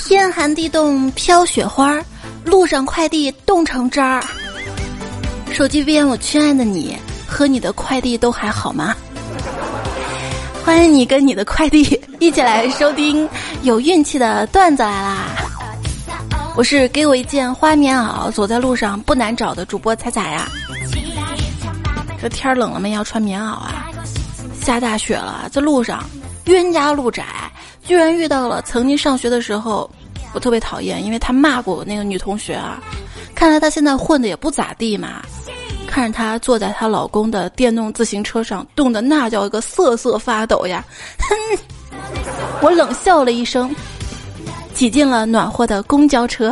天寒地冻飘雪花，路上快递冻成渣儿。手机边，我亲爱的你和你的快递都还好吗？欢迎你跟你的快递一起来收听有运气的段子来啦！我是给我一件花棉袄，走在路上不难找的主播彩彩呀。这天冷了没要穿棉袄啊？下大雪了，在路上冤家路窄，居然遇到了曾经上学的时候我特别讨厌，因为她骂过我那个女同学啊。看来她现在混的也不咋地嘛。看着她坐在她老公的电动自行车上，冻得那叫一个瑟瑟发抖呀！哼，我冷笑了一声，挤进了暖和的公交车。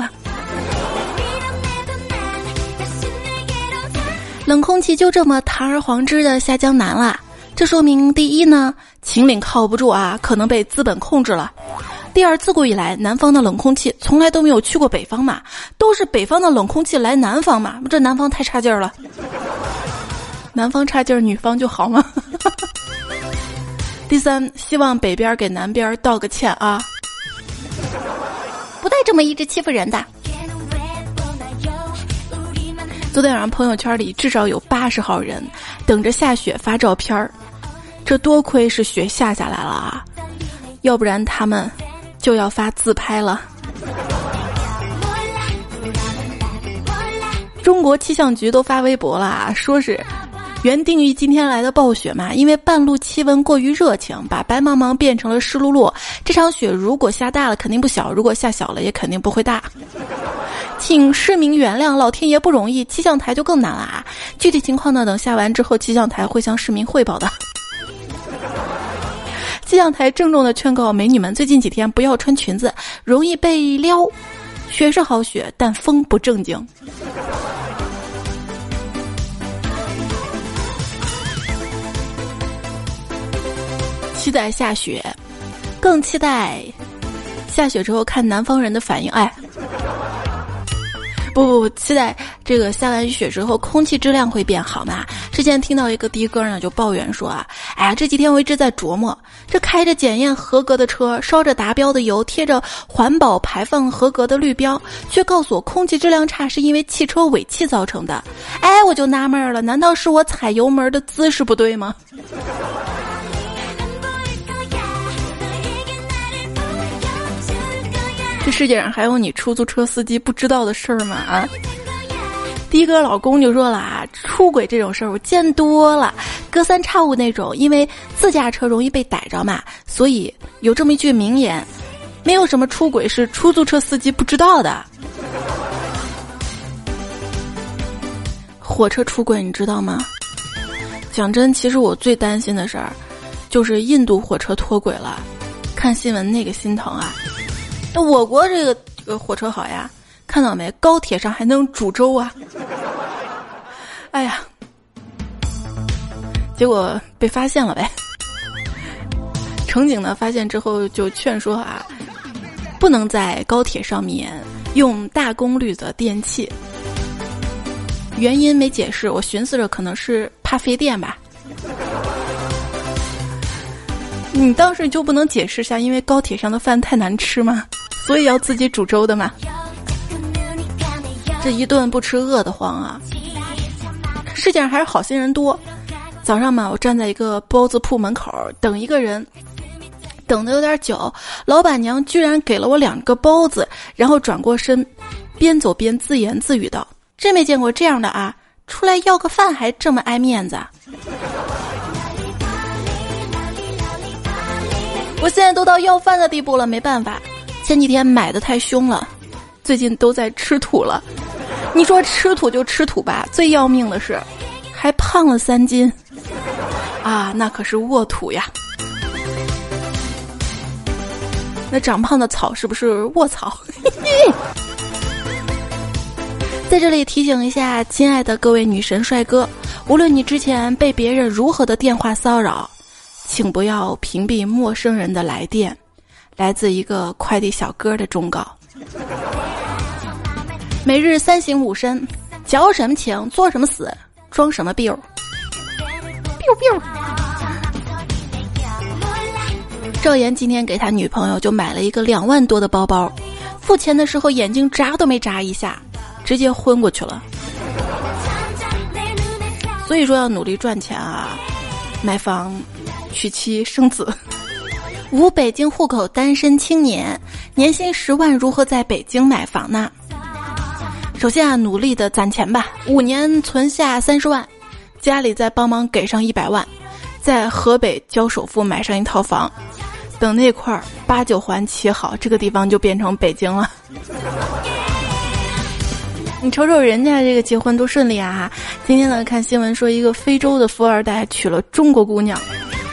冷空气就这么堂而皇之的下江南了。这说明第一呢，秦岭靠不住啊，可能被资本控制了。第二，自古以来南方的冷空气从来都没有去过北方嘛，都是北方的冷空气来南方嘛，这南方太差劲儿了。南方差劲儿，女方就好吗？第三，希望北边给南边道个歉啊，不带这么一直欺负人的。昨天晚上朋友圈里至少有80号人等着下雪发照片儿，这多亏是雪下来了啊，要不然他们就要发自拍了。中国气象局都发微博了啊，说是原定于今天来的暴雪嘛，因为半路气温过于热情，把白茫茫变成了湿漉漉。这场雪如果下大了肯定不小，如果下小了也肯定不会大。请市民原谅，老天爷不容易，气象台就更难了啊！具体情况呢，等下完之后，气象台会向市民汇报的。气象台郑重的劝告美女们，最近几天不要穿裙子，容易被撩。雪是好雪，但风不正经。期待下雪，更期待下雪之后看南方人的反应。哎。不，期待这个下完雪之后空气质量会变好嘛。之前听到一个的哥呢就抱怨说啊，哎呀，这几天我一直在琢磨，这开着检验合格的车，烧着达标的油，贴着环保排放合格的绿标，却告诉我空气质量差是因为汽车尾气造成的。哎，我就纳闷了，难道是我踩油门的姿势不对吗？这世界上还有你出租车司机不知道的事儿吗？啊！第一个老公就说了啊，出轨这种事儿我见多了，隔三差五那种，因为自驾车容易被逮着嘛，所以有这么一句名言，没有什么出轨是出租车司机不知道的。火车出轨你知道吗？讲真，其实我最担心的事儿就是印度火车脱轨了，看新闻那个心疼啊。那我国这个火车好呀，看到没？高铁上还能煮粥啊！哎呀，结果被发现了呗。乘警呢发现之后就劝说啊，不能在高铁上面用大功率的电器。原因没解释，我寻思着可能是怕费电吧。你当时就不能解释下，因为高铁上的饭太难吃吗？所以要自己煮粥的嘛。这一顿不吃饿得慌啊！世界上还是好心人多。早上嘛，我站在一个包子铺门口等一个人，等得有点久，老板娘居然给了我2个包子，然后转过身，边走边自言自语道：“真没见过这样的啊！出来要个饭还这么爱面子。”我现在都到要饭的地步了，没办法。前几天买的太凶了，最近都在吃土了。你说吃土就吃土吧，最要命的是还胖了3斤啊，那可是卧土呀。那长胖的草是不是卧草？在这里提醒一下亲爱的各位女神帅哥，无论你之前被别人如何的电话骚扰，请不要屏蔽陌生人的来电。来自一个快递小哥的忠告：每日3省5身，矫什么情，作什么死，装什么 biu。赵岩今天给他女朋友就买了一个2万多的包包， 付钱的时候眼睛眨都没眨一下，直接昏过去了。所以说要努力赚钱啊，买房、娶妻生子。无北京户口单身青年，年薪10万如何在北京买房呢？首先啊，努力的攒钱吧，5年存下30万，家里再帮忙给上100万，在河北交首付买上一套房，等那块8、9环起好，这个地方就变成北京了。你瞅瞅人家这个结婚多顺利啊！今天呢看新闻说，一个非洲的富二代娶了中国姑娘。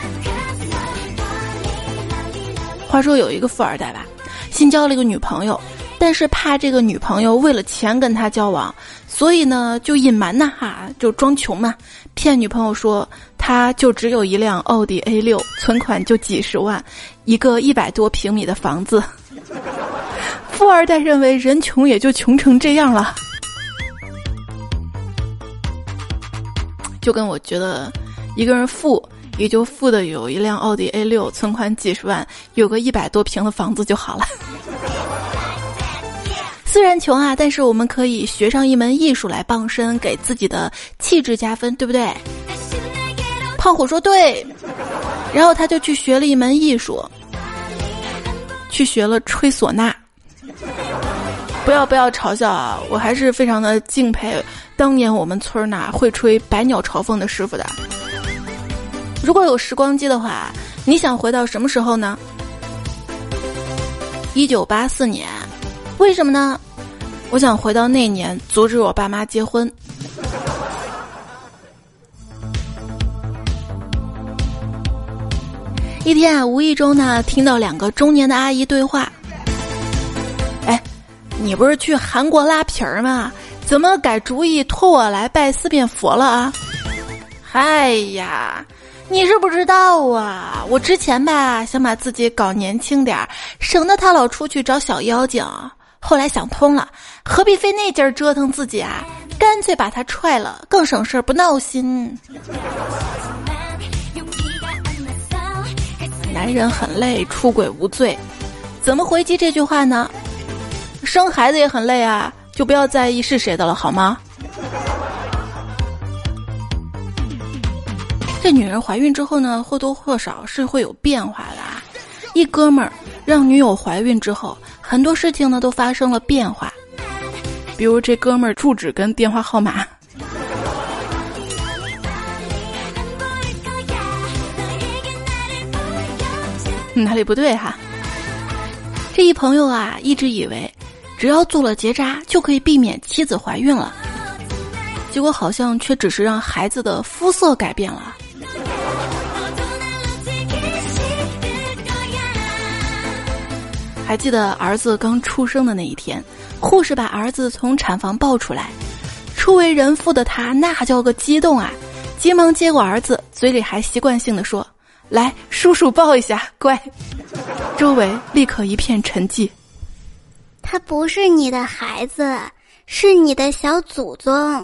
话说有一个富二代吧，新交了一个女朋友，但是怕这个女朋友为了钱跟他交往，所以呢就隐瞒呐就装穷嘛，骗女朋友说他就只有一辆奥迪 A6， 存款就几十万，一个100多平米的房子。富二代认为人穷也就穷成这样了，就跟我觉得一个人富也就富的有一辆奥迪 A6， 存款几十万，有个100多平的房子就好了。虽然穷啊，但是我们可以学上一门艺术来傍身，给自己的气质加分，对不对？胖虎说对，然后他就去学了一门艺术，去学了吹唢呐。不要嘲笑啊，我还是非常的敬佩当年我们村哪会吹百鸟朝凤的师傅的。如果有时光机的话，你想回到什么时候呢？1984年。为什么呢？我想回到那年阻止我爸妈结婚。一天啊，无意中呢听到2个中年的阿姨对话。哎，你不是去韩国拉皮儿吗？怎么改主意托我来拜四面佛了啊？哎呀，你是不知道啊，我之前吧想把自己搞年轻点儿，省得他老出去找小妖精。后来想通了，何必费那劲儿折腾自己啊？干脆把他踹了，更省事儿不闹心。男人很累，出轨无罪。怎么回击这句话呢？生孩子也很累啊，就不要在意是谁的了，好吗？这女人怀孕之后呢，或多或少是会有变化的啊。一哥们儿让女友怀孕之后，很多事情呢都发生了变化，比如这哥们儿住址跟电话号码。哪里不对哈？这一朋友啊，一直以为只要做了结扎就可以避免妻子怀孕了，结果好像却只是让孩子的肤色改变了。还记得儿子刚出生的那一天，护士把儿子从产房抱出来，初为人父的他那叫个激动啊，急忙接过儿子，嘴里还习惯性地说：“来，叔叔抱一下，乖。”周围立刻一片沉寂。 他不是你的孩子，是你的小祖宗。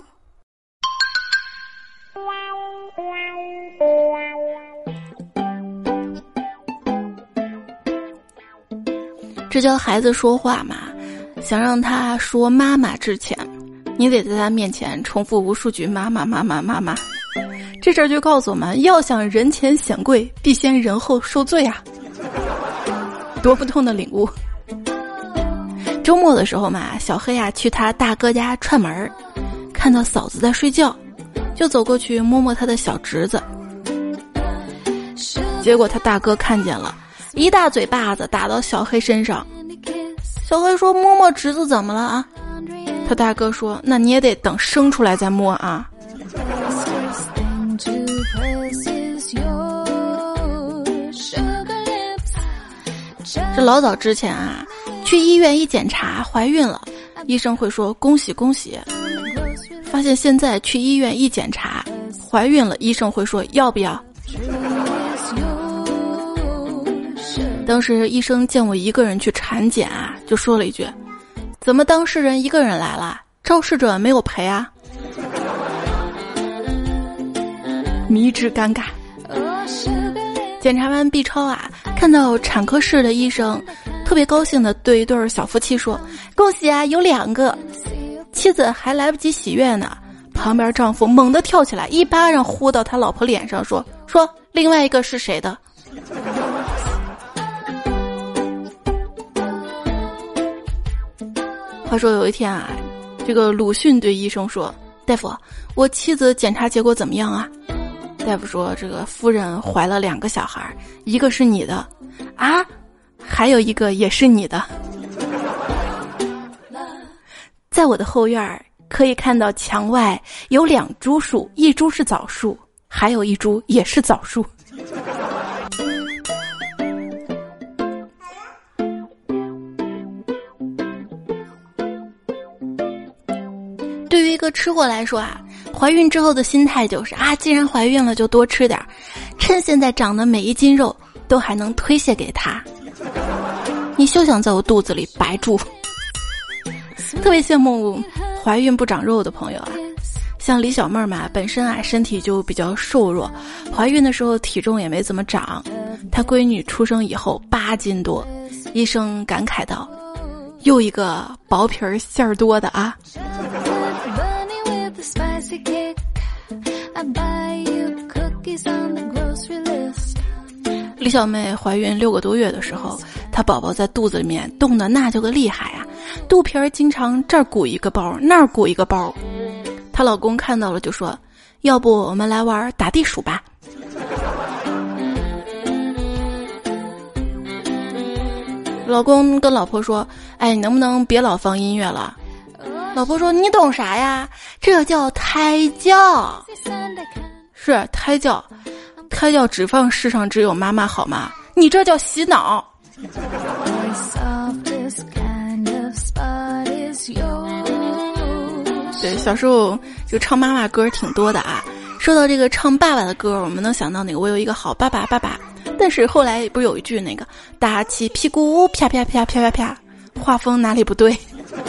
这教孩子说话嘛，想让他说妈妈之前，你得在他面前重复无数句妈妈妈妈妈妈。这事儿就告诉我们，要想人前显贵，必先人后受罪啊！多不同的领悟。周末的时候嘛，小黑啊去他大哥家串门，看到嫂子在睡觉，就走过去摸摸他的小侄子。结果他大哥看见了，一大嘴巴子打到小黑身上。小黑说：“摸摸侄子怎么了啊？”他大哥说：“那你也得等生出来再摸啊。”这老早之前啊，去医院一检查怀孕了，医生会说恭喜恭喜。发现现在去医院一检查怀孕了，医生会说要不要。当时医生见我一个人去产检啊，就说了一句：“怎么当事人一个人来了？肇事者没有赔啊？”迷之尴尬。检查完 B 超啊，看到产科室的医生特别高兴地对一对小夫妻说：“恭喜啊，有2个。”妻子还来不及喜悦呢，旁边丈夫猛地跳起来，一巴掌呼到他老婆脸上，说另外一个是谁的？话说有一天啊，这个鲁迅对医生说：“大夫，我妻子检查结果怎么样啊？”大夫说：“这个夫人怀了2个小孩，一个是你的，啊，还有一个也是你的。”在我的后院可以看到墙外有2株树，一株是枣树，还有一株也是枣树。对于一个吃货来说啊，怀孕之后的心态就是既然怀孕了就多吃点，趁现在长的每一斤肉都还能推卸给他。你休想在我肚子里白住。特别羡慕怀孕不长肉的朋友啊，像李小妹儿嘛，本身身体就比较瘦弱，怀孕的时候体重也没怎么长。她闺女出生以后8斤多，医生感慨道：“又一个薄皮儿馅儿多的啊。”李小妹怀孕6个多月的时候，她宝宝在肚子里面冻得那叫个厉害啊，肚皮儿经常这儿鼓一个包，那儿鼓一个包。她老公看到了就说：“要不我们来玩打地鼠吧。”老公跟老婆说：“哎，你能不能别老放音乐了？”老婆说：“你懂啥呀？这叫胎教。”是胎教，胎教只放世上只有妈妈好吗？你这叫洗脑。对，小时候就唱妈妈歌挺多的啊。说到这个唱爸爸的歌，我们能想到那个我有一个好爸爸爸爸。但是后来不是有一句那个打起屁股啪啪啪啪啪啪，画风哪里不对？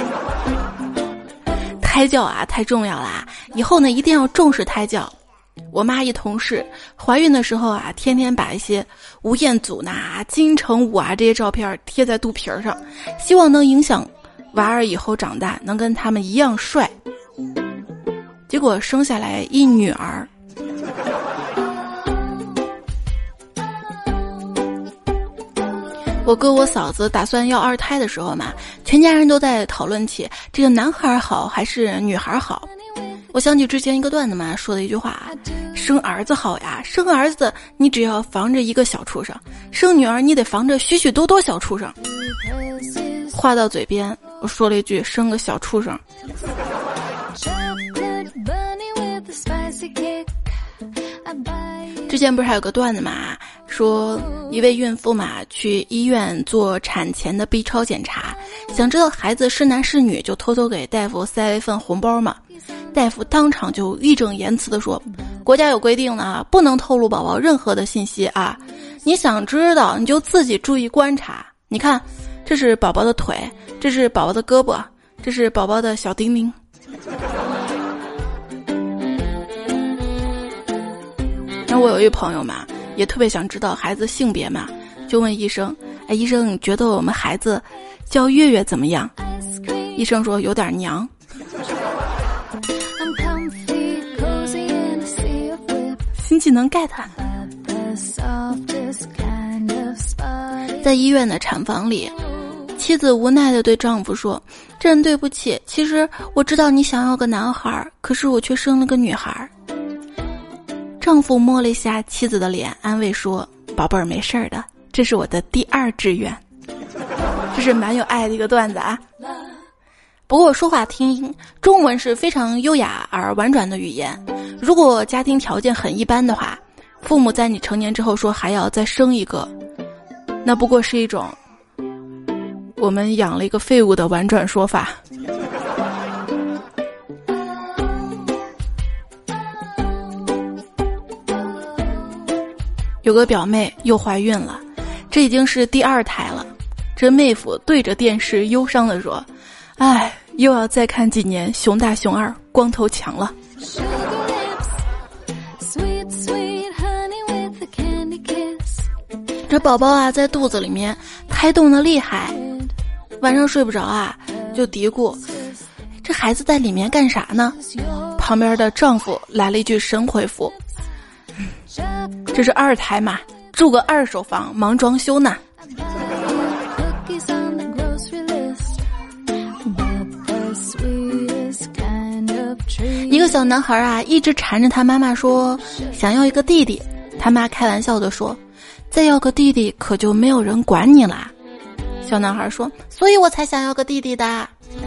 胎教啊太重要啦，以后呢一定要重视胎教。我妈一同事怀孕的时候啊，天天把一些吴彦祖呐、金城武啊这些照片贴在肚皮上，希望能影响娃儿以后长大能跟他们一样帅。结果生下来一女儿。我哥我嫂子打算要2胎的时候嘛，全家人都在讨论起这个男孩好还是女孩好。我想起之前一个段子嘛，说的一句话：生儿子好呀，生儿子你只要防着一个小畜生，生女儿你得防着许许多多小畜生。话到嘴边，我说了一句：生个小畜生。之前不是还有个段子嘛，说一位孕妇嘛去医院做产前的 B 超检查，想知道孩子是男是女，就偷偷给大夫塞了一份红包嘛。大夫当场就义正言辞地说：国家有规定呢，不能透露宝宝任何的信息啊，你想知道你就自己注意观察。你看，这是宝宝的腿，这是宝宝的胳膊，这是宝宝的小丁丁。那我有一朋友嘛，也特别想知道孩子性别嘛，就问医生：哎，医生，你觉得我们孩子叫月月怎么样？医生说有点娘。新技能 get。 在医院的产房里，妻子无奈地对丈夫说：真对不起，其实我知道你想要个男孩，可是我却生了个女孩。丈夫摸了一下妻子的脸，安慰说：宝贝儿，没事儿的，这是我的第2志愿。这是蛮有爱的一个段子啊。不过说话听，中文是非常优雅而婉转的语言。如果家庭条件很一般的话，父母在你成年之后说还要再生一个，那不过是一种我们养了一个废物的婉转说法。有个表妹又怀孕了，这已经是第2胎了。这妹夫对着电视忧伤地说：哎，又要再看几年熊大熊2光头强了。这宝宝啊在肚子里面胎动的厉害，晚上睡不着啊，就嘀咕这孩子在里面干啥呢？旁边的丈夫来了一句神回复，这是二胎嘛，住个2手房忙装修呢。一个小男孩啊，一直缠着他妈妈说想要一个弟弟，他妈开玩笑地说，再要个弟弟可就没有人管你啦。小男孩说，所以我才想要个弟弟的。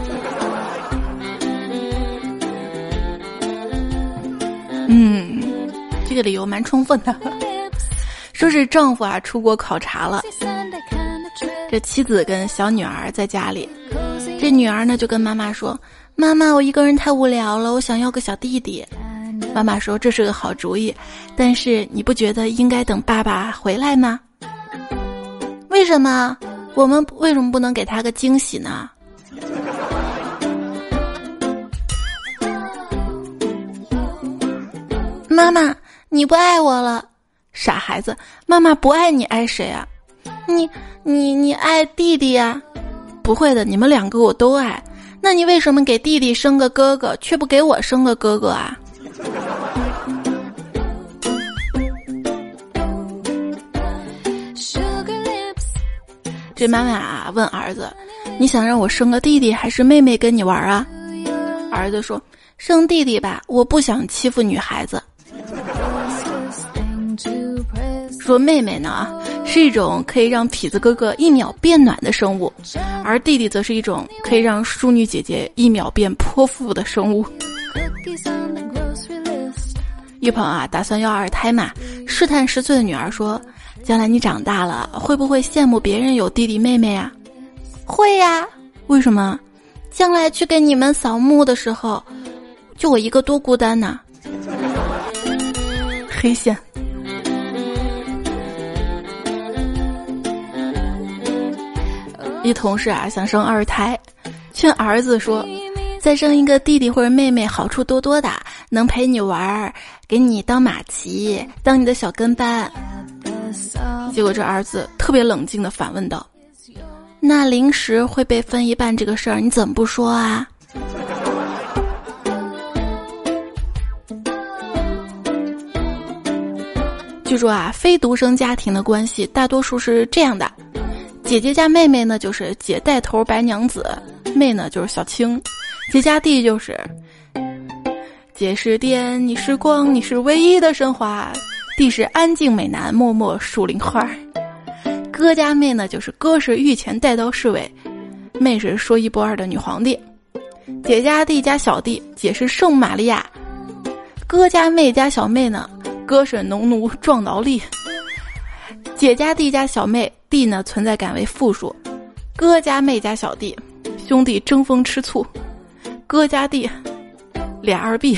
这个理由蛮充分的。说是丈夫啊出国考察了，这妻子跟小女儿在家里，这女儿呢就跟妈妈说，妈妈，我一个人太无聊了，我想要个小弟弟。妈妈说，这是个好主意，但是你不觉得应该等爸爸回来吗？为什么？我们为什么不能给他个惊喜呢？妈妈，你不爱我了。傻孩子，妈妈不爱你，爱谁啊？你爱弟弟呀？不会的，你们2个我都爱。那你为什么给弟弟生个哥哥，却不给我生个哥哥啊？这妈妈啊问儿子，你想让我生个弟弟还是妹妹跟你玩啊？儿子说，生弟弟吧，我不想欺负女孩子。说妹妹呢是一种可以让痞子哥哥1秒变暖的生物，而弟弟则是一种可以让淑女姐姐1秒变泼妇的生物。一朋友啊打算要2胎嘛，试探10岁的女儿说，将来你长大了会不会羡慕别人有弟弟妹妹啊？会呀。为什么？将来去给你们扫墓的时候，就我一个多孤单呢。黑线。一同事啊想生2胎，劝儿子说，再生一个弟弟或者妹妹好处多多的，能陪你玩，给你当马骑，当你的小跟班。结果这儿子特别冷静地反问道，那零食会被分一半这个事儿你怎么不说啊？据说啊，非独生家庭的关系大多数是这样的，姐姐加妹妹呢就是姐带头白娘子，妹呢就是小青，姐加弟就是姐是电，你是光，你是唯一的神话，弟是安静美男，默默树林花。哥加妹呢就是哥是御前带刀侍卫，妹是说一不二的女皇帝。姐加弟加小弟，姐是圣玛利亚。哥加妹加小妹呢，哥是农奴壮劳力。姐加弟加小妹，弟呢存在感为复数。哥加妹加小弟，兄弟争风吃醋。哥加弟俩二逼。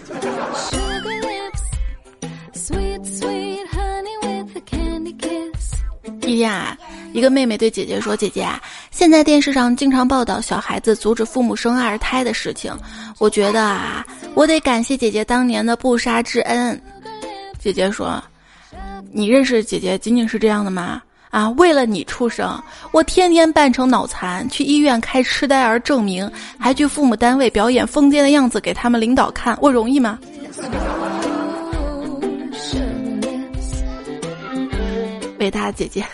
一天啊，一个妹妹对姐姐说，姐姐啊，现在电视上经常报道小孩子阻止父母生2胎的事情，我觉得啊，我得感谢姐姐当年的不杀之恩。姐姐说，你认识姐姐仅仅是这样的吗？啊，为了你出生，我天天扮成脑残，去医院开痴呆儿证明，还去父母单位表演疯癫的样子给他们领导看，我容易吗？伟大姐姐。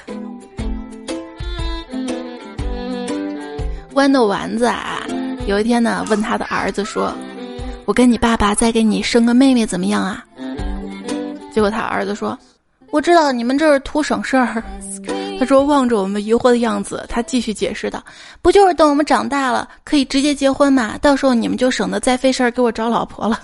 豌豆丸子啊，有一天呢问他的儿子说，我跟你爸爸再给你生个妹妹怎么样啊？结果他儿子说，我知道你们这是图省事儿。他说，望着我们疑惑的样子，他继续解释道，不就是等我们长大了可以直接结婚嘛，到时候你们就省得再费事儿给我找老婆了。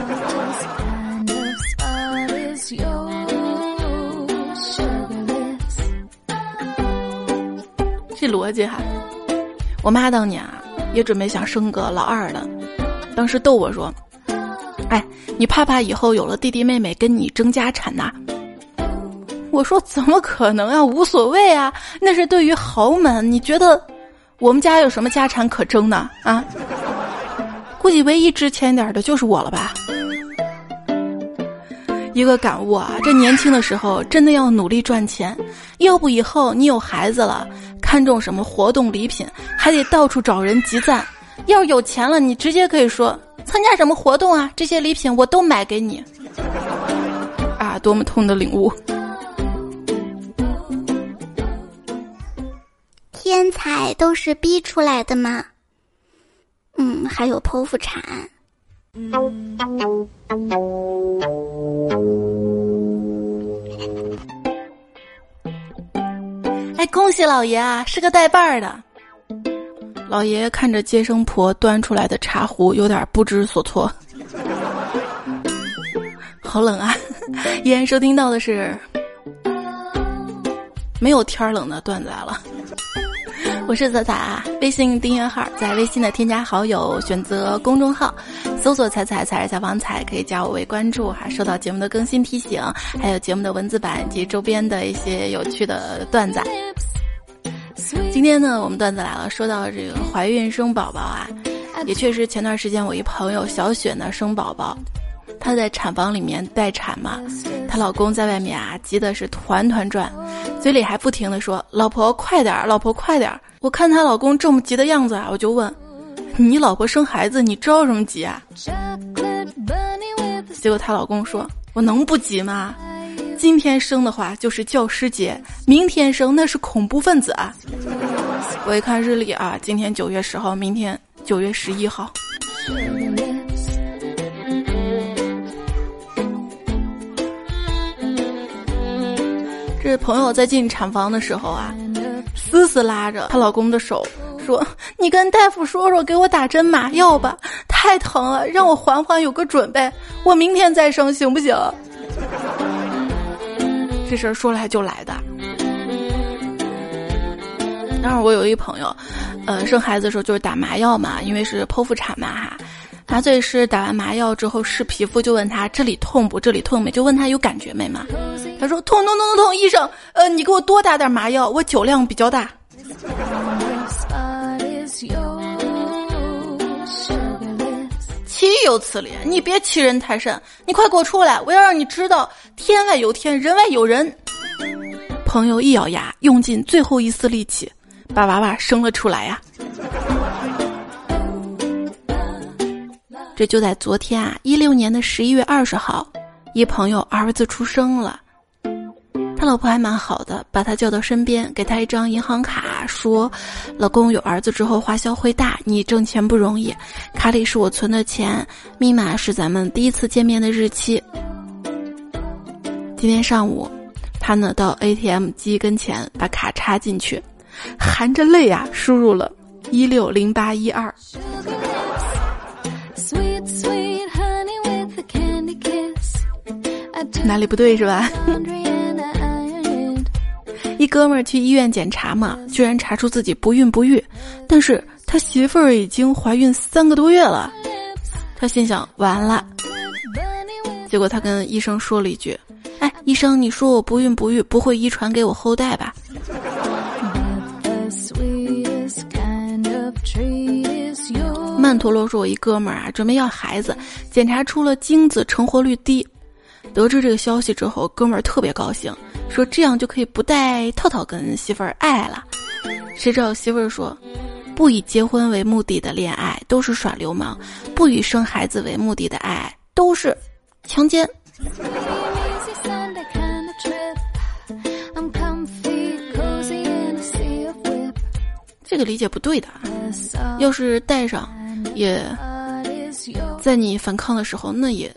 这逻辑哈，我妈当年啊也准备想生个老2的，当时逗我说，哎，你怕以后有了弟弟妹妹跟你争家产呐？我说怎么可能啊，无所谓啊，那是对于豪门，你觉得我们家有什么家产可争呢？啊，估计唯一值钱点的就是我了吧。一个感悟啊，这年轻的时候真的要努力赚钱，要不以后你有孩子了，看看中什么活动礼品，还得到处找人集赞。要是有钱了，你直接可以说参加什么活动啊，这些礼品我都买给你。啊，多么痛的领悟！ 天才都是逼出来的吗？还有剖腹产。 哎，恭喜老爷啊，是个带伴儿的。老爷看着接生婆端出来的茶壶，有点不知所措。好冷啊！依然收听到的是没有天冷的段子来了。我是彩彩啊，微信订阅号在微信的添加好友，选择公众号，搜索彩彩是小方彩，可以加我为关注哈，收到节目的更新提醒，还有节目的文字版及周边的一些有趣的段子。今天呢，我们段子来了，说到这个怀孕生宝宝啊，也确实前段时间我一朋友小雪呢生宝宝，她在产房里面待产嘛，她老公在外面啊急的是团团转，嘴里还不停的说老婆快点，老婆快点。我看她老公这么急的样子啊，我就问你老婆生孩子你着什么急啊？结果她老公说我能不急吗？今天生的话就是教师节，明天生那是恐怖分子啊。我一看日历啊，今天9月10号，明天9月11号。这朋友在进产房的时候啊，死死拉着她老公的手说，你跟大夫说说给我打针麻药吧，太疼了，让我缓缓有个准备，我明天再生行不行？这事儿说来就来的。当时我有一朋友生孩子的时候就是打麻药嘛，因为是剖腹产嘛哈。麻醉师打完麻药之后试皮肤，就问他这里痛不，这里痛没，就问他有感觉没嘛。他说痛，医生你给我多打点麻药，我酒量比较大。岂有此理，你别欺人太甚，你快给我出来，我要让你知道天外有天，人外有人。朋友一咬牙，用尽最后一丝力气把娃娃生了出来呀。这就在昨天啊，16年的11月20号，一朋友儿子出生了，他老婆还蛮好的，把他叫到身边，给他一张银行卡，说老公有儿子之后花销会大，你挣钱不容易，卡里是我存的钱，密码是咱们第一次见面的日期。今天上午他呢到 ATM 机跟前把卡插进去，含着泪啊输入了160812。哪里不对是吧？一哥们儿去医院检查嘛，居然查出自己不孕不育，但是他媳妇儿已经怀孕3个多月了。他心想完了，结果他跟医生说了一句，哎，医生你说我不孕不育不会遗传给我后代吧？曼陀罗说我一哥们儿啊准备要孩子，检查出了精子成活率低，得知这个消息之后，哥们儿特别高兴，说这样就可以不带套套跟媳妇儿爱了。谁知道媳妇儿说，不以结婚为目的的恋爱都是耍流氓，不以生孩子为目的的爱都是强奸。这个理解不对的，要是带上也在你反抗的时候，那也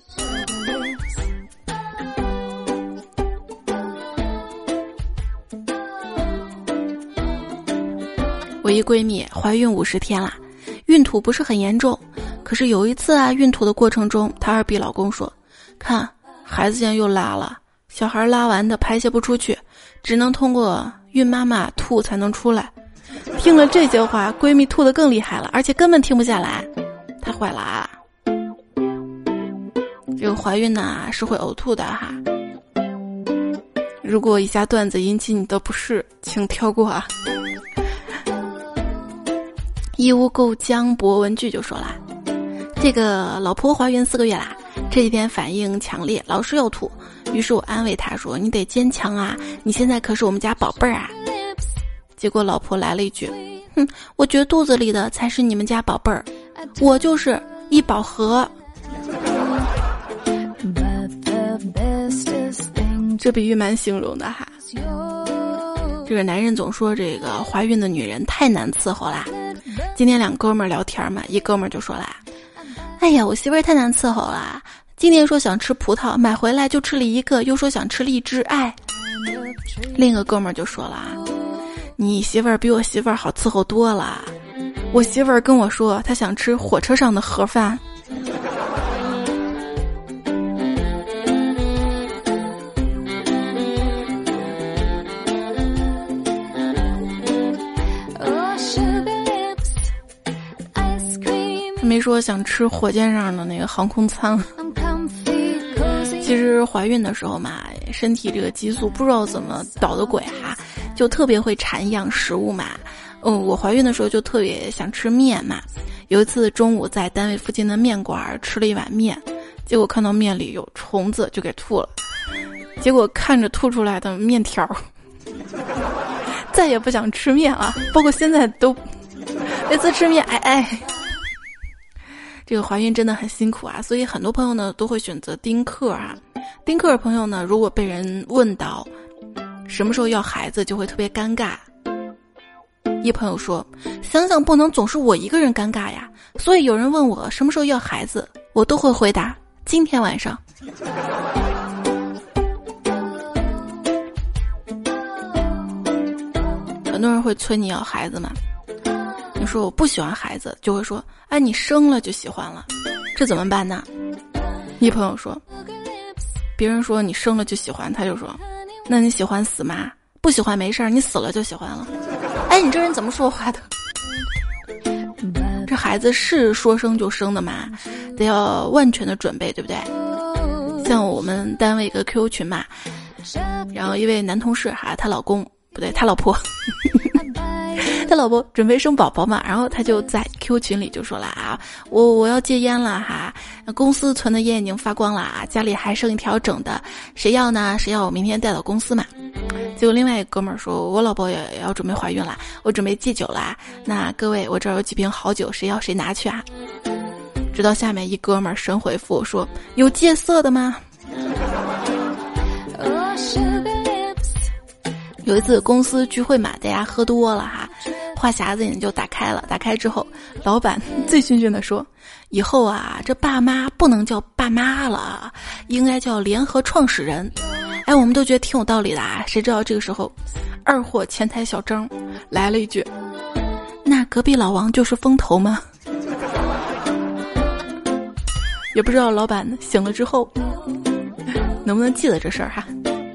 我一闺蜜怀孕50天啦，孕吐不是很严重，可是有一次啊，孕吐的过程中，她二逼老公说，看孩子现在又拉了，小孩拉完的排泄不出去，只能通过孕妈妈吐才能出来。听了这些话，闺蜜吐得更厉害了，而且根本停不下来，太坏了啊！这个怀孕呢是会呕吐的哈。如果以下段子引起你的不适，请跳过啊。义乌购江博文具就说了，这个老婆怀孕4个月啦，这几天反应强烈，老是要吐，于是我安慰她说，你得坚强啊，你现在可是我们家宝贝儿啊。 结果老婆来了一句：“哼，我觉得肚子里的才是你们家宝贝儿，我就是一宝盒。”这比喻蛮形容的哈。这个男人总说这个怀孕的女人太难伺候啦。今天两哥们儿聊天嘛，一哥们儿就说啦：“哎呀，我媳妇儿太难伺候啦！今天说想吃葡萄，买回来就吃了一个，又说想吃荔枝，哎。”另一个哥们儿就说了：“你媳妇儿比我媳妇儿好伺候多了。我媳妇儿跟我说，她想吃火车上的盒饭。”没说想吃火箭上的那个航空舱。其实怀孕的时候嘛，身体这个激素不知道怎么捣的鬼哈，就特别会馋一样食物嘛。我怀孕的时候就特别想吃面嘛。有一次中午在单位附近的面馆吃了一碗面，结果看到面里有虫子就给吐了。结果看着吐出来的面条，再也不想吃面了。包括现在都每次吃面，这个怀孕真的很辛苦啊，所以很多朋友呢都会选择丁克啊。丁克的朋友呢，如果被人问到什么时候要孩子，就会特别尴尬。一朋友说：“想想不能总是我一个人尴尬呀，所以有人问我什么时候要孩子，我都会回答今天晚上。”很多人会催你要孩子嘛。你说我不喜欢孩子，就会说：“哎，你生了就喜欢了，这怎么办呢？”一朋友说，别人说你生了就喜欢，他就说：“那你喜欢死吗？不喜欢没事儿，你死了就喜欢了。”哎，你这人怎么说话的？这孩子是说生就生的嘛，得要万全的准备，对不对？像我们单位一个 QQ 群嘛，然后一位男同事哈，他老婆他老婆准备生宝宝嘛，然后他就在 Q 群里就说了啊，我要戒烟了哈，公司存的烟已经发光了啊，家里还剩一条整的，谁要呢？谁要我明天带到公司嘛。结果另外一个哥们儿说，我老婆也要准备怀孕了，我准备戒酒啦，那各位我这儿有几瓶好酒，谁要谁拿去啊。直到下面一哥们儿神回复说，有戒色的吗？有一次公司聚会嘛，大家喝多了哈，话匣子也就打开了。打开之后，老板醉醺醺地说：“以后啊，这爸妈不能叫爸妈了，应该叫联合创始人。”哎，我们都觉得挺有道理的啊。谁知道这个时候，二货前台小张来了一句：“那隔壁老王就是风投吗？”也不知道老板醒了之后能不能记得这事儿哈。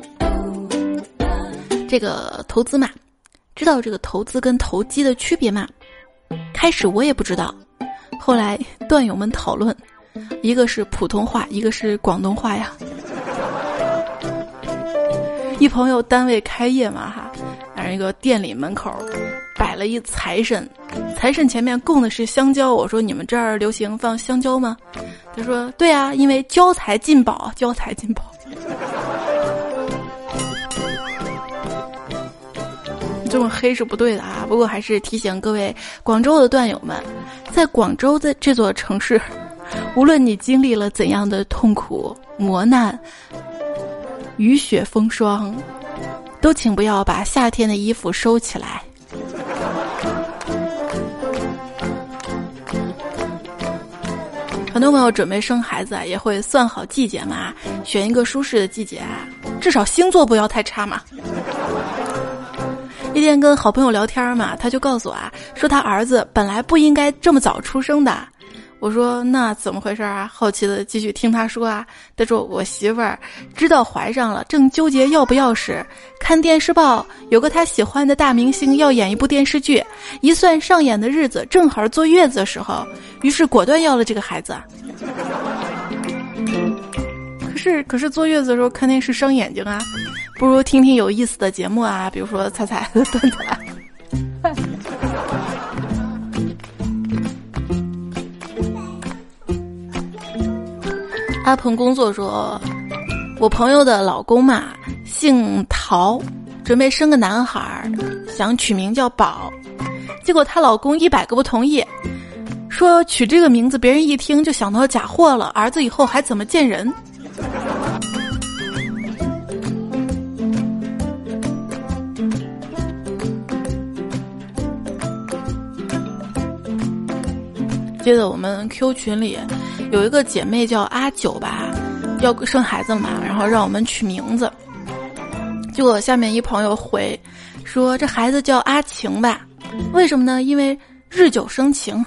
这个投资嘛，知道这个投资跟投机的区别吗？开始我也不知道，后来段友们讨论，一个是普通话，一个是广东话呀。一朋友单位开业嘛哈，一个店里门口摆了一财神，财神前面供的是香蕉。我说你们这儿流行放香蕉吗？他说对啊，因为招财进宝，招财进宝。这种黑是不对的啊，不过还是提醒各位广州的段友们，在广州的这座城市，无论你经历了怎样的痛苦磨难、雨雪风霜，都请不要把夏天的衣服收起来。很多朋友准备生孩子啊，也会算好季节嘛，选一个舒适的季节啊，至少星座不要太差嘛。一天跟好朋友聊天嘛，他就告诉我啊，说他儿子本来不应该这么早出生的。我说那怎么回事啊？好奇的继续听他说啊。他说我媳妇儿知道怀上了，正纠结要不要时，看电视报有个他喜欢的大明星要演一部电视剧，一算上演的日子正好坐月子的时候，于是果断要了这个孩子。可是坐月子的时候看电视伤眼睛啊，不如听听有意思的节目啊，比如说彩彩的段子啊。阿鹏工作说，我朋友的老公嘛姓陶，这准备生个男孩，想取名叫宝，结果她老公100个不同意，说取这个名字别人一听就想到假货了，儿子以后还怎么见人。记得我们 Q 群里有一个姐妹叫阿九吧，要生孩子了嘛，然后让我们取名字。结果下面一朋友回说这孩子叫阿晴吧，为什么呢？因为日久生情。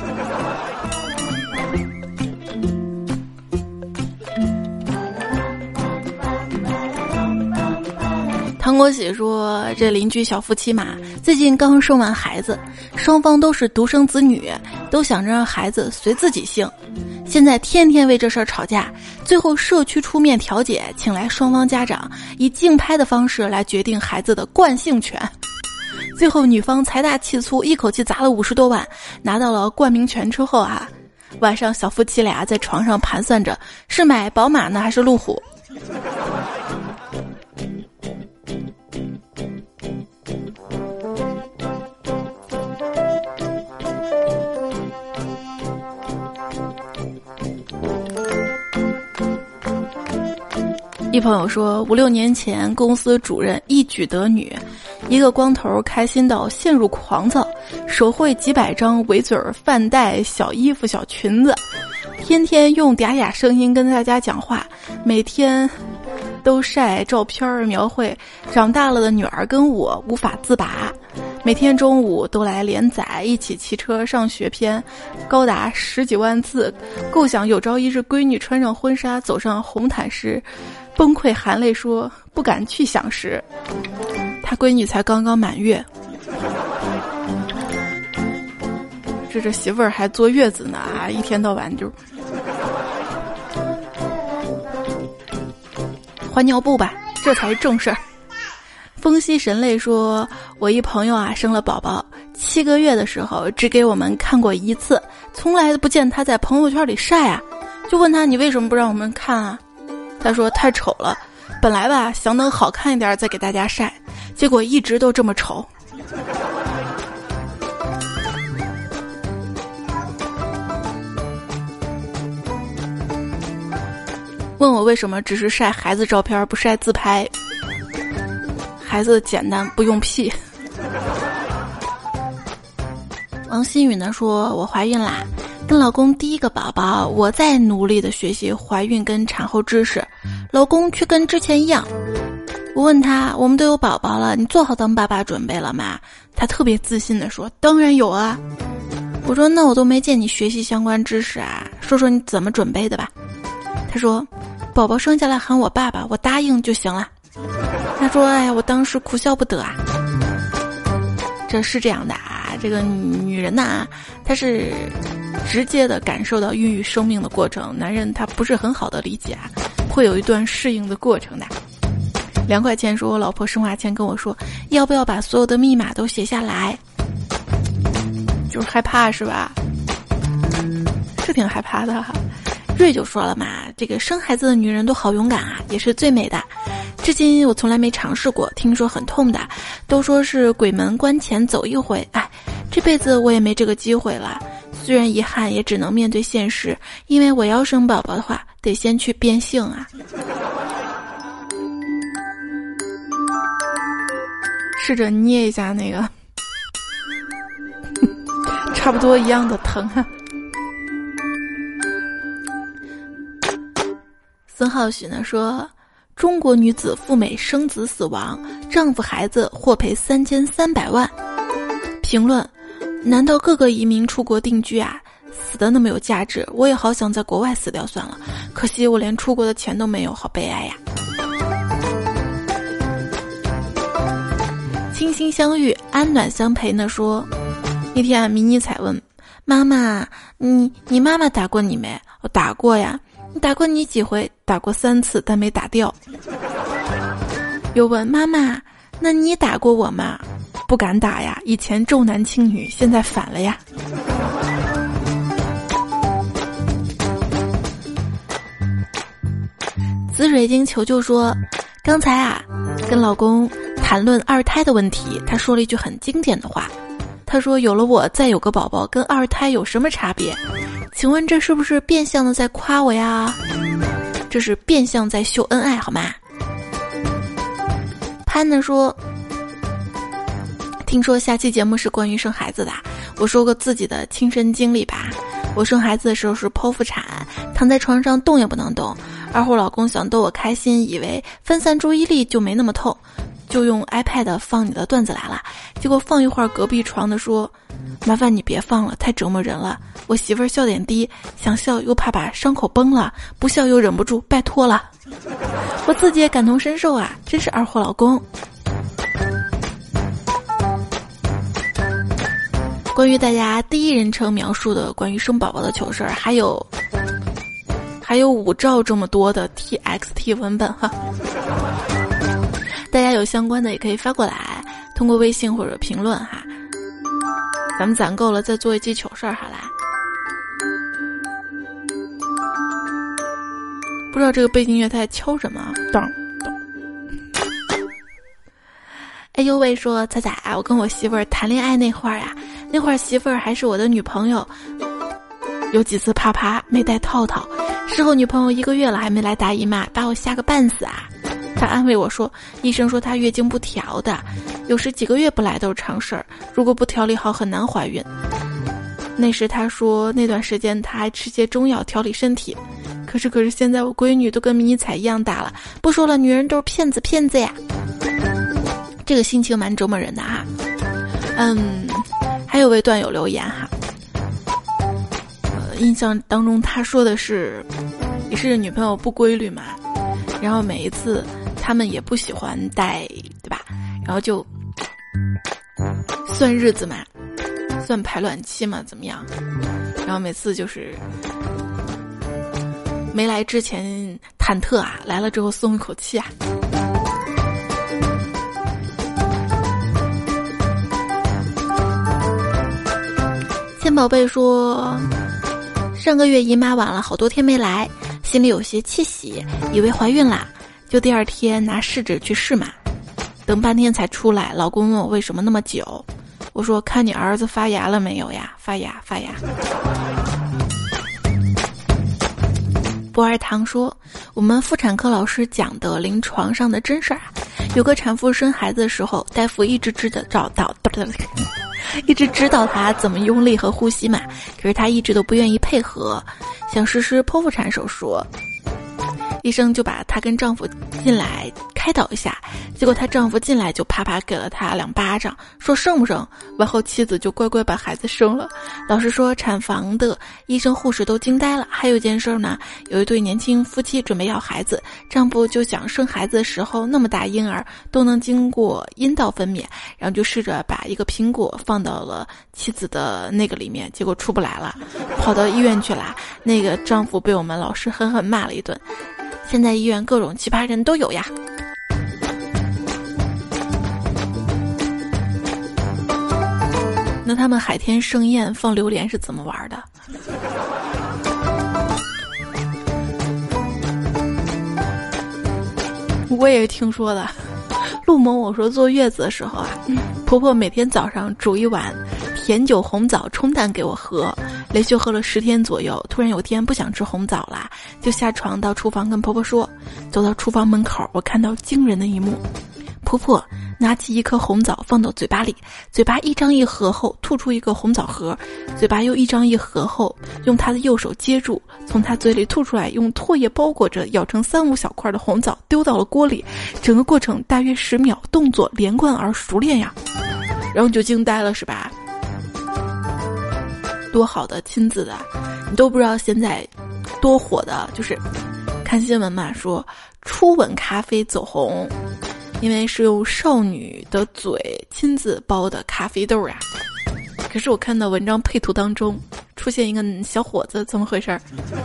唐国喜说这邻居小夫妻嘛，最近刚生完孩子，双方都是独生子女，都想着让孩子随自己姓，现在天天为这事儿吵架，最后社区出面调解，请来双方家长以竞拍的方式来决定孩子的冠姓权。最后女方财大气粗，一口气砸了50多万，拿到了冠名权之后啊，晚上小夫妻俩在床上盘算着是买宝马呢还是路虎。一朋友说，5、6年前公司主任一举得女，一个光头开心到陷入狂躁，手绘几百张围嘴饭袋、小衣服、小裙子，天天用嗲嗲声音跟大家讲话，每天都晒照片描绘长大了的女儿跟我无法自拔，每天中午都来连载，一起骑车上学篇，高达10几万字，构想有朝一日闺女穿上婚纱走上红毯时崩溃含泪说不敢去想时，他闺女才刚刚满月，这媳妇儿还坐月子呢啊，一天到晚就换尿布吧，这才是正事儿。风息神泪说，我一朋友啊生了宝宝，7个月的时候只给我们看过一次，从来都不见他在朋友圈里晒啊，就问他你为什么不让我们看啊？他说太丑了，本来吧想等好看一点再给大家晒，结果一直都这么丑。问我为什么只是晒孩子照片不晒自拍，孩子简单不用 P。 王新宇呢说，我怀孕啦，跟老公第一个宝宝，我在努力的学习怀孕跟产后知识，老公却跟之前一样。我问他，我们都有宝宝了，你做好当爸爸准备了吗？他特别自信的说，当然有啊。我说那我都没见你学习相关知识啊，说说你怎么准备的吧。他说宝宝生下来喊我爸爸，我答应就行了。他说哎呀，我当时哭笑不得啊。这是这样的啊，这个女人呐，她是直接的感受到孕育生命的过程，男人他不是很好的理解啊，会有一段适应的过程的。2块钱说，我老婆生娃前跟我说，要不要把所有的密码都写下来，就是害怕是吧？是挺害怕的。瑞就说了嘛，这个生孩子的女人都好勇敢啊，也是最美的。至今我从来没尝试过，听说很痛的，都说是鬼门关前走一回。哎，这辈子我也没这个机会了，虽然遗憾，也只能面对现实，因为我要生宝宝的话，得先去变性啊。试着捏一下那个，差不多一样的疼啊。孙浩许呢说，中国女子赴美生子死亡，丈夫孩子获赔3300万。评论，难道各个移民出国定居啊？死的那么有价值，我也好想在国外死掉算了，可惜我连出国的钱都没有，好悲哀呀。倾心相遇，安暖相陪呢说，一天迷你彩问妈妈，你妈妈打过你没？我打过呀。你打过你几回？打过3次，但没打掉。又问妈妈，那你打过我吗？不敢打呀，以前重男轻女，现在反了呀。紫水晶求救说，刚才啊跟老公谈论二胎的问题，他说了一句很经典的话，他说有了我再有个宝宝跟二胎有什么差别？请问这是不是变相的在夸我呀？这是变相在秀恩爱好吗？潘呢说，听说下期节目是关于生孩子的，我说过自己的亲身经历吧。我生孩子的时候是剖腹产，躺在床上动也不能动，二货老公想逗我开心，以为分散注意力就没那么痛，就用 iPad 放你的段子来了。结果放一会儿，隔壁床的说，麻烦你别放了，太折磨人了。我媳妇儿笑点低，想笑又怕把伤口崩了，不笑又忍不住，拜托了。我自己也感同身受啊，真是二货老公。关于大家第一人称描述的关于生宝宝的糗事儿，还有5兆这么多的 TXT 文本哈，大家有相关的也可以发过来，通过微信或者评论哈。咱们攒够了再做一期糗事儿，好啦。不知道这个背景音乐它在敲什么？咚咚。哎呦喂，说彩彩，我跟我媳妇儿谈恋爱那会儿呀，那会儿媳妇儿还是我的女朋友，有几次啪啪没带套套，事后女朋友1个月了还没来大姨妈，把我吓个半死啊。她安慰我说，医生说她月经不调的，有时几个月不来都是常事儿，如果不调理好很难怀孕。那时她说那段时间她还吃些中药调理身体，可是现在我闺女都跟迷你彩一样大了，不说了，女人都是骗子呀。这个心情蛮折磨人的哈。还有位段友留言哈，印象当中他说的是，也是女朋友不规律嘛，然后每一次他们也不喜欢带，对吧？然后就算日子嘛，算排卵期嘛，怎么样？然后每次就是没来之前忐忑啊，来了之后松一口气啊。千宝贝说，上个月姨妈晚了好多天没来，心里有些窃喜，以为怀孕啦，就第2天拿试纸去试嘛，等半天才出来。老公问我为什么那么久，我说看你儿子发芽了没有呀，发芽。博尔堂说，我们妇产科老师讲的临床上的真事儿啊，有个产妇生孩子的时候，大夫一直指导她怎么用力和呼吸嘛，可是她一直都不愿意配合，想实施剖腹产手术。医生就把她跟丈夫进来开导一下，结果她丈夫进来就啪啪给了她2巴掌，说生不生？完后妻子就乖乖把孩子生了。老实说，产房的医生护士都惊呆了。还有一件事呢，有一对年轻夫妻准备要孩子，丈夫就想生孩子的时候那么大婴儿都能经过阴道分娩，然后就试着把一个苹果放到了妻子的那个里面，结果出不来了，跑到医院去了。那个丈夫被我们老师狠狠骂了一顿。现在医院各种奇葩人都有呀。那他们海天盛宴放榴莲是怎么玩的？我也听说的。陆某我说坐月子的时候啊，婆婆每天早上煮一碗甜酒红枣冲淡给我喝，连续喝了10天左右，突然有天不想吃红枣啦，就下床到厨房跟婆婆说。走到厨房门口，我看到惊人的一幕，婆婆拿起一颗红枣放到嘴巴里，嘴巴一张一合后吐出一个红枣核，嘴巴又一张一合后用她的右手接住，从她嘴里吐出来，用唾液包裹着咬成3-5小块的红枣丢到了锅里，整个过程大约10秒，动作连贯而熟练呀。然后就惊呆了是吧？多好的亲子的，你都不知道现在多火的，就是看新闻嘛，说初吻咖啡走红，因为是用少女的嘴亲自包的咖啡豆啊。可是我看到文章配图当中出现一个小伙子，怎么回事？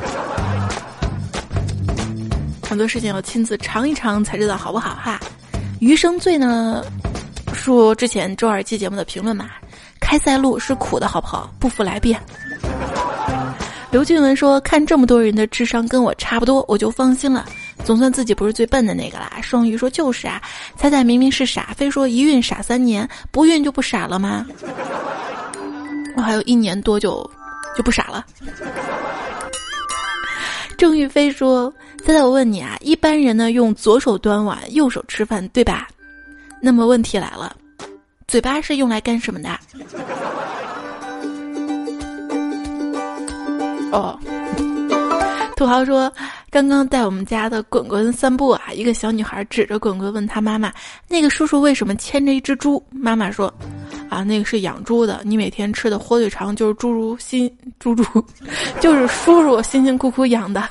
很多事情要亲自尝一尝才知道好不好哈。余生醉呢说之前周2期节目的评论嘛，开塞露是苦的好不好？不服来辩。刘俊文说，看这么多人的智商跟我差不多，我就放心了。 总算自己不是最笨的那个啦。双鱼说就是啊，彩彩明明是傻，非说一孕傻3年，不孕就不傻了吗？我还有1年多就不傻了。郑玉飞说，彩彩我问你啊，一般人呢用左手端碗，右手吃饭，对吧？那么问题来了，嘴巴是用来干什么的？哦，土豪说，刚刚带我们家的滚滚散步啊，一个小女孩指着滚滚问她妈妈，那个叔叔为什么牵着一只猪？妈妈说，啊，那个是养猪的，你每天吃的火腿肠就是就是叔叔辛辛苦苦养的。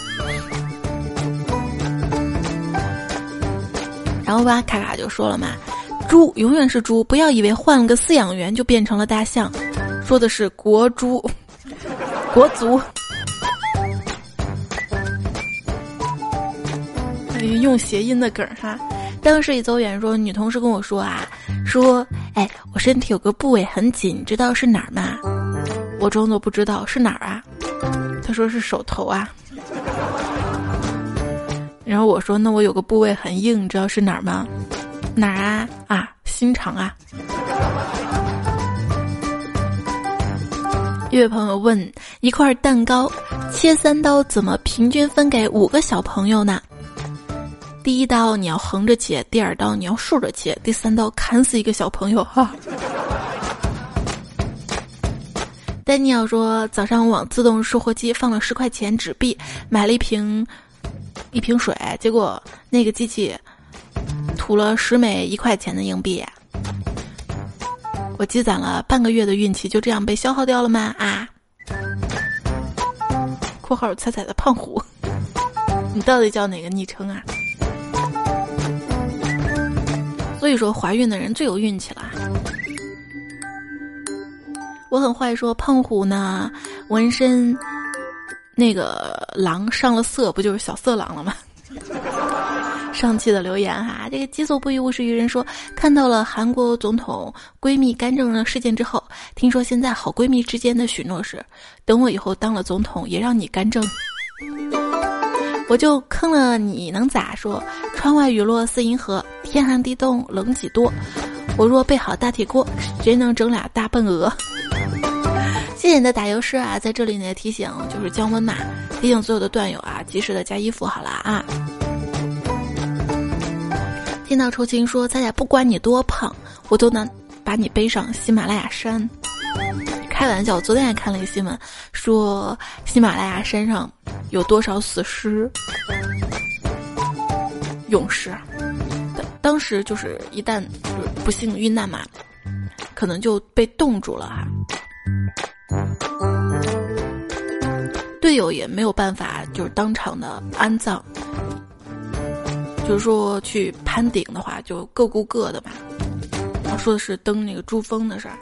然后吧，卡卡就说了嘛，猪永远是猪，不要以为换了个饲养员就变成了大象，说的是国猪。国足，用谐音的梗哈。当时一走远说，女同事跟我说啊，说，哎，我身体有个部位很紧，你知道是哪儿吗？我装作不知道是哪儿啊？她说是手头啊。然后我说，那我有个部位很硬，你知道是哪儿吗？哪儿啊？啊，心肠啊。一位朋友问，一块蛋糕切3刀怎么平均分给5个小朋友呢？第1刀你要横着切，第2刀你要竖着切，第3刀砍死一个小朋友哈。丹尼尔说，早上往自动售货机放了10块钱纸币，买了一瓶水，结果那个机器吐了10枚1块钱的硬币。我积攒了半个月的运气就这样被消耗掉了吗？啊！括号彩彩的胖虎，你到底叫哪个昵称啊？所以说怀孕的人最有运气了。我很坏说胖虎呢纹身那个狼上了色，不就是小色狼了吗？上期的留言哈，这个己所不欲勿施于人说，看到了韩国总统闺蜜干政的事件之后，听说现在好闺蜜之间的许诺是，等我以后当了总统也让你干政。我就坑了你能咋说？窗外雨落似银河，天寒地冻冷几多。我若备好大铁锅，谁能整俩大笨鹅？谢谢你的打油诗啊，在这里呢提醒就是降温嘛，提醒所有的段友啊，及时的加衣服好了啊。听到抽情说，彩彩不管你多胖，我都能把你背上喜马拉雅山。开玩笑，我昨天还看了一个新闻，说喜马拉雅山上有多少死尸勇士，当时就是一旦就是不幸遇难嘛，可能就被冻住了哈。队友也没有办法就是当场的安葬，就是说去攀顶的话就各顾各的吧。我说的是登那个珠峰的事儿。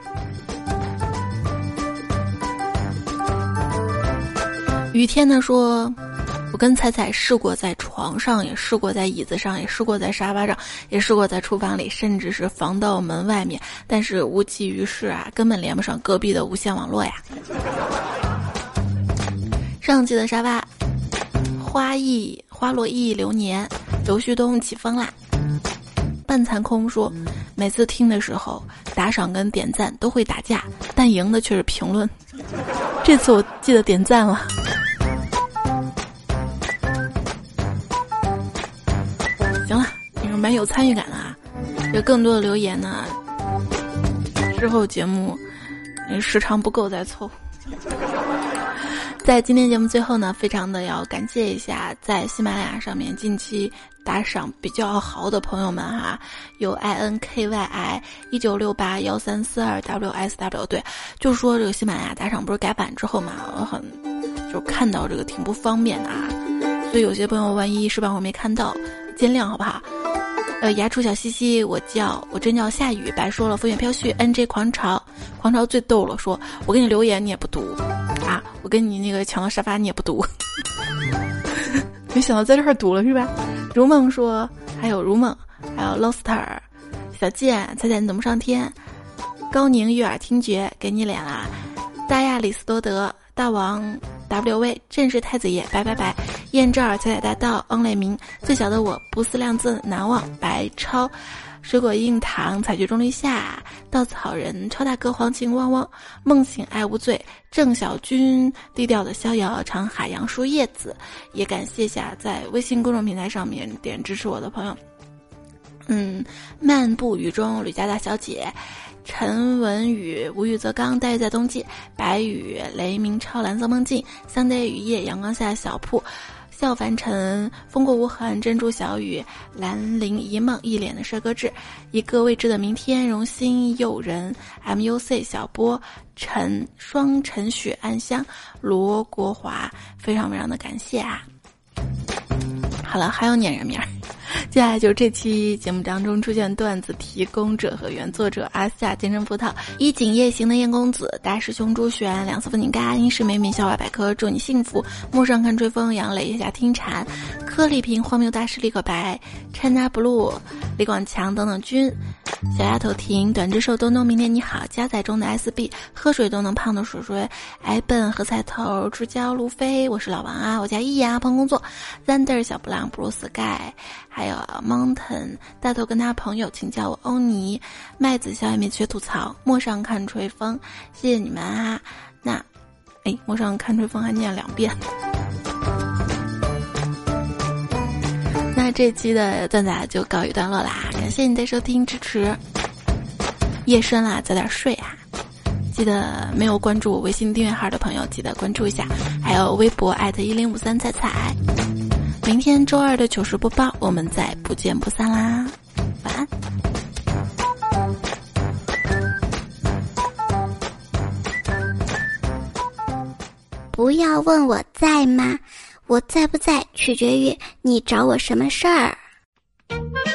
雨天呢说，我跟彩彩试过在床上，也试过在椅子上，也试过在沙发上，也试过在厨房里，甚至是防盗门外面，但是无济于事啊，根本连不上隔壁的无线网络呀。上期的沙发，花落意流年，刘旭东起风啦。半残空说，每次听的时候打赏跟点赞都会打架，但赢的却是评论。这次我记得点赞了。行了，你们蛮有参与感的啊。有更多的留言呢，之后节目时长不够再凑。在今天节目最后呢，非常的要感谢一下在喜马拉雅上面近期打赏比较好的朋友们哈，有 INKYI19681342WSW， 对，就是说这个喜马拉雅打赏不是改版之后嘛，我就看到这个挺不方便的啊，所以有些朋友万一一时半会儿没看到，见谅好不好？牙出小西西，我真叫夏雨，白说了，风远飘絮 NJ 狂潮最逗了，说我给你留言你也不读啊，我跟你那个抢到沙发你也不读。没想到在这儿读了是吧？如梦说，还有如梦，还有 Loster 小健，彩彩你怎么上天？高宁悦耳听觉给你脸啦，大亚里斯多德大王 WV 正是太子爷，拜拜拜， 燕赵儿、彩彩大道、翁磊明、最小的我、不思量字难忘、白超、水果硬糖、采菊中立夏、稻草人、超大哥、黄情汪汪、梦醒爱无罪、郑小军、低调的逍遥、长海杨树叶子。也感谢下在微信公众平台上面点支持我的朋友，漫步雨中、吕家大小姐、陈文宇、无欲则刚、黛玉在冬季、白羽、雷鸣超、蓝色梦境、Sunday 雨夜、阳光下小铺、笑凡尘、风过无痕、珍珠小雨、兰陵一梦、一脸的帅哥志、一个未知的明天、荣心诱人、MUC 小波、双陈雪、安香、罗国华，非常非常的感谢啊！好了，还有念人名。接下来就是这期节目当中出现段子提供者和原作者阿夏、金针葡萄、衣锦夜行的燕公子、大师兄朱璇、两色风景嘎、英式美美笑话百科、祝你幸福、陌上看吹风、杨磊、叶下听蝉、颗粒瓶、荒谬大师李可白、China Blue、李广强等等君、小丫头婷、短只手东东、明天你好、加载中的 SB、喝水都能胖的水水、挨笨和菜头、之交路飞，我是老王啊，我家一牙碰工作、Zander 小布朗、Bruce Sky，还有 Mountain 大头跟他朋友，请叫我欧尼。麦子小也没学吐槽，陌上看吹风，谢谢你们啊。那陌上看吹风还念2遍。那这期的段子就告一段落啦，感谢你的收听支持。夜深啦，早点睡啊！记得没有关注我微信订阅号的朋友记得关注一下，还有微博@1053彩彩。明天周二的糗事播报，我们再不见不散啦！晚安。 不要问我在吗？我在不在取决于你找我什么事儿。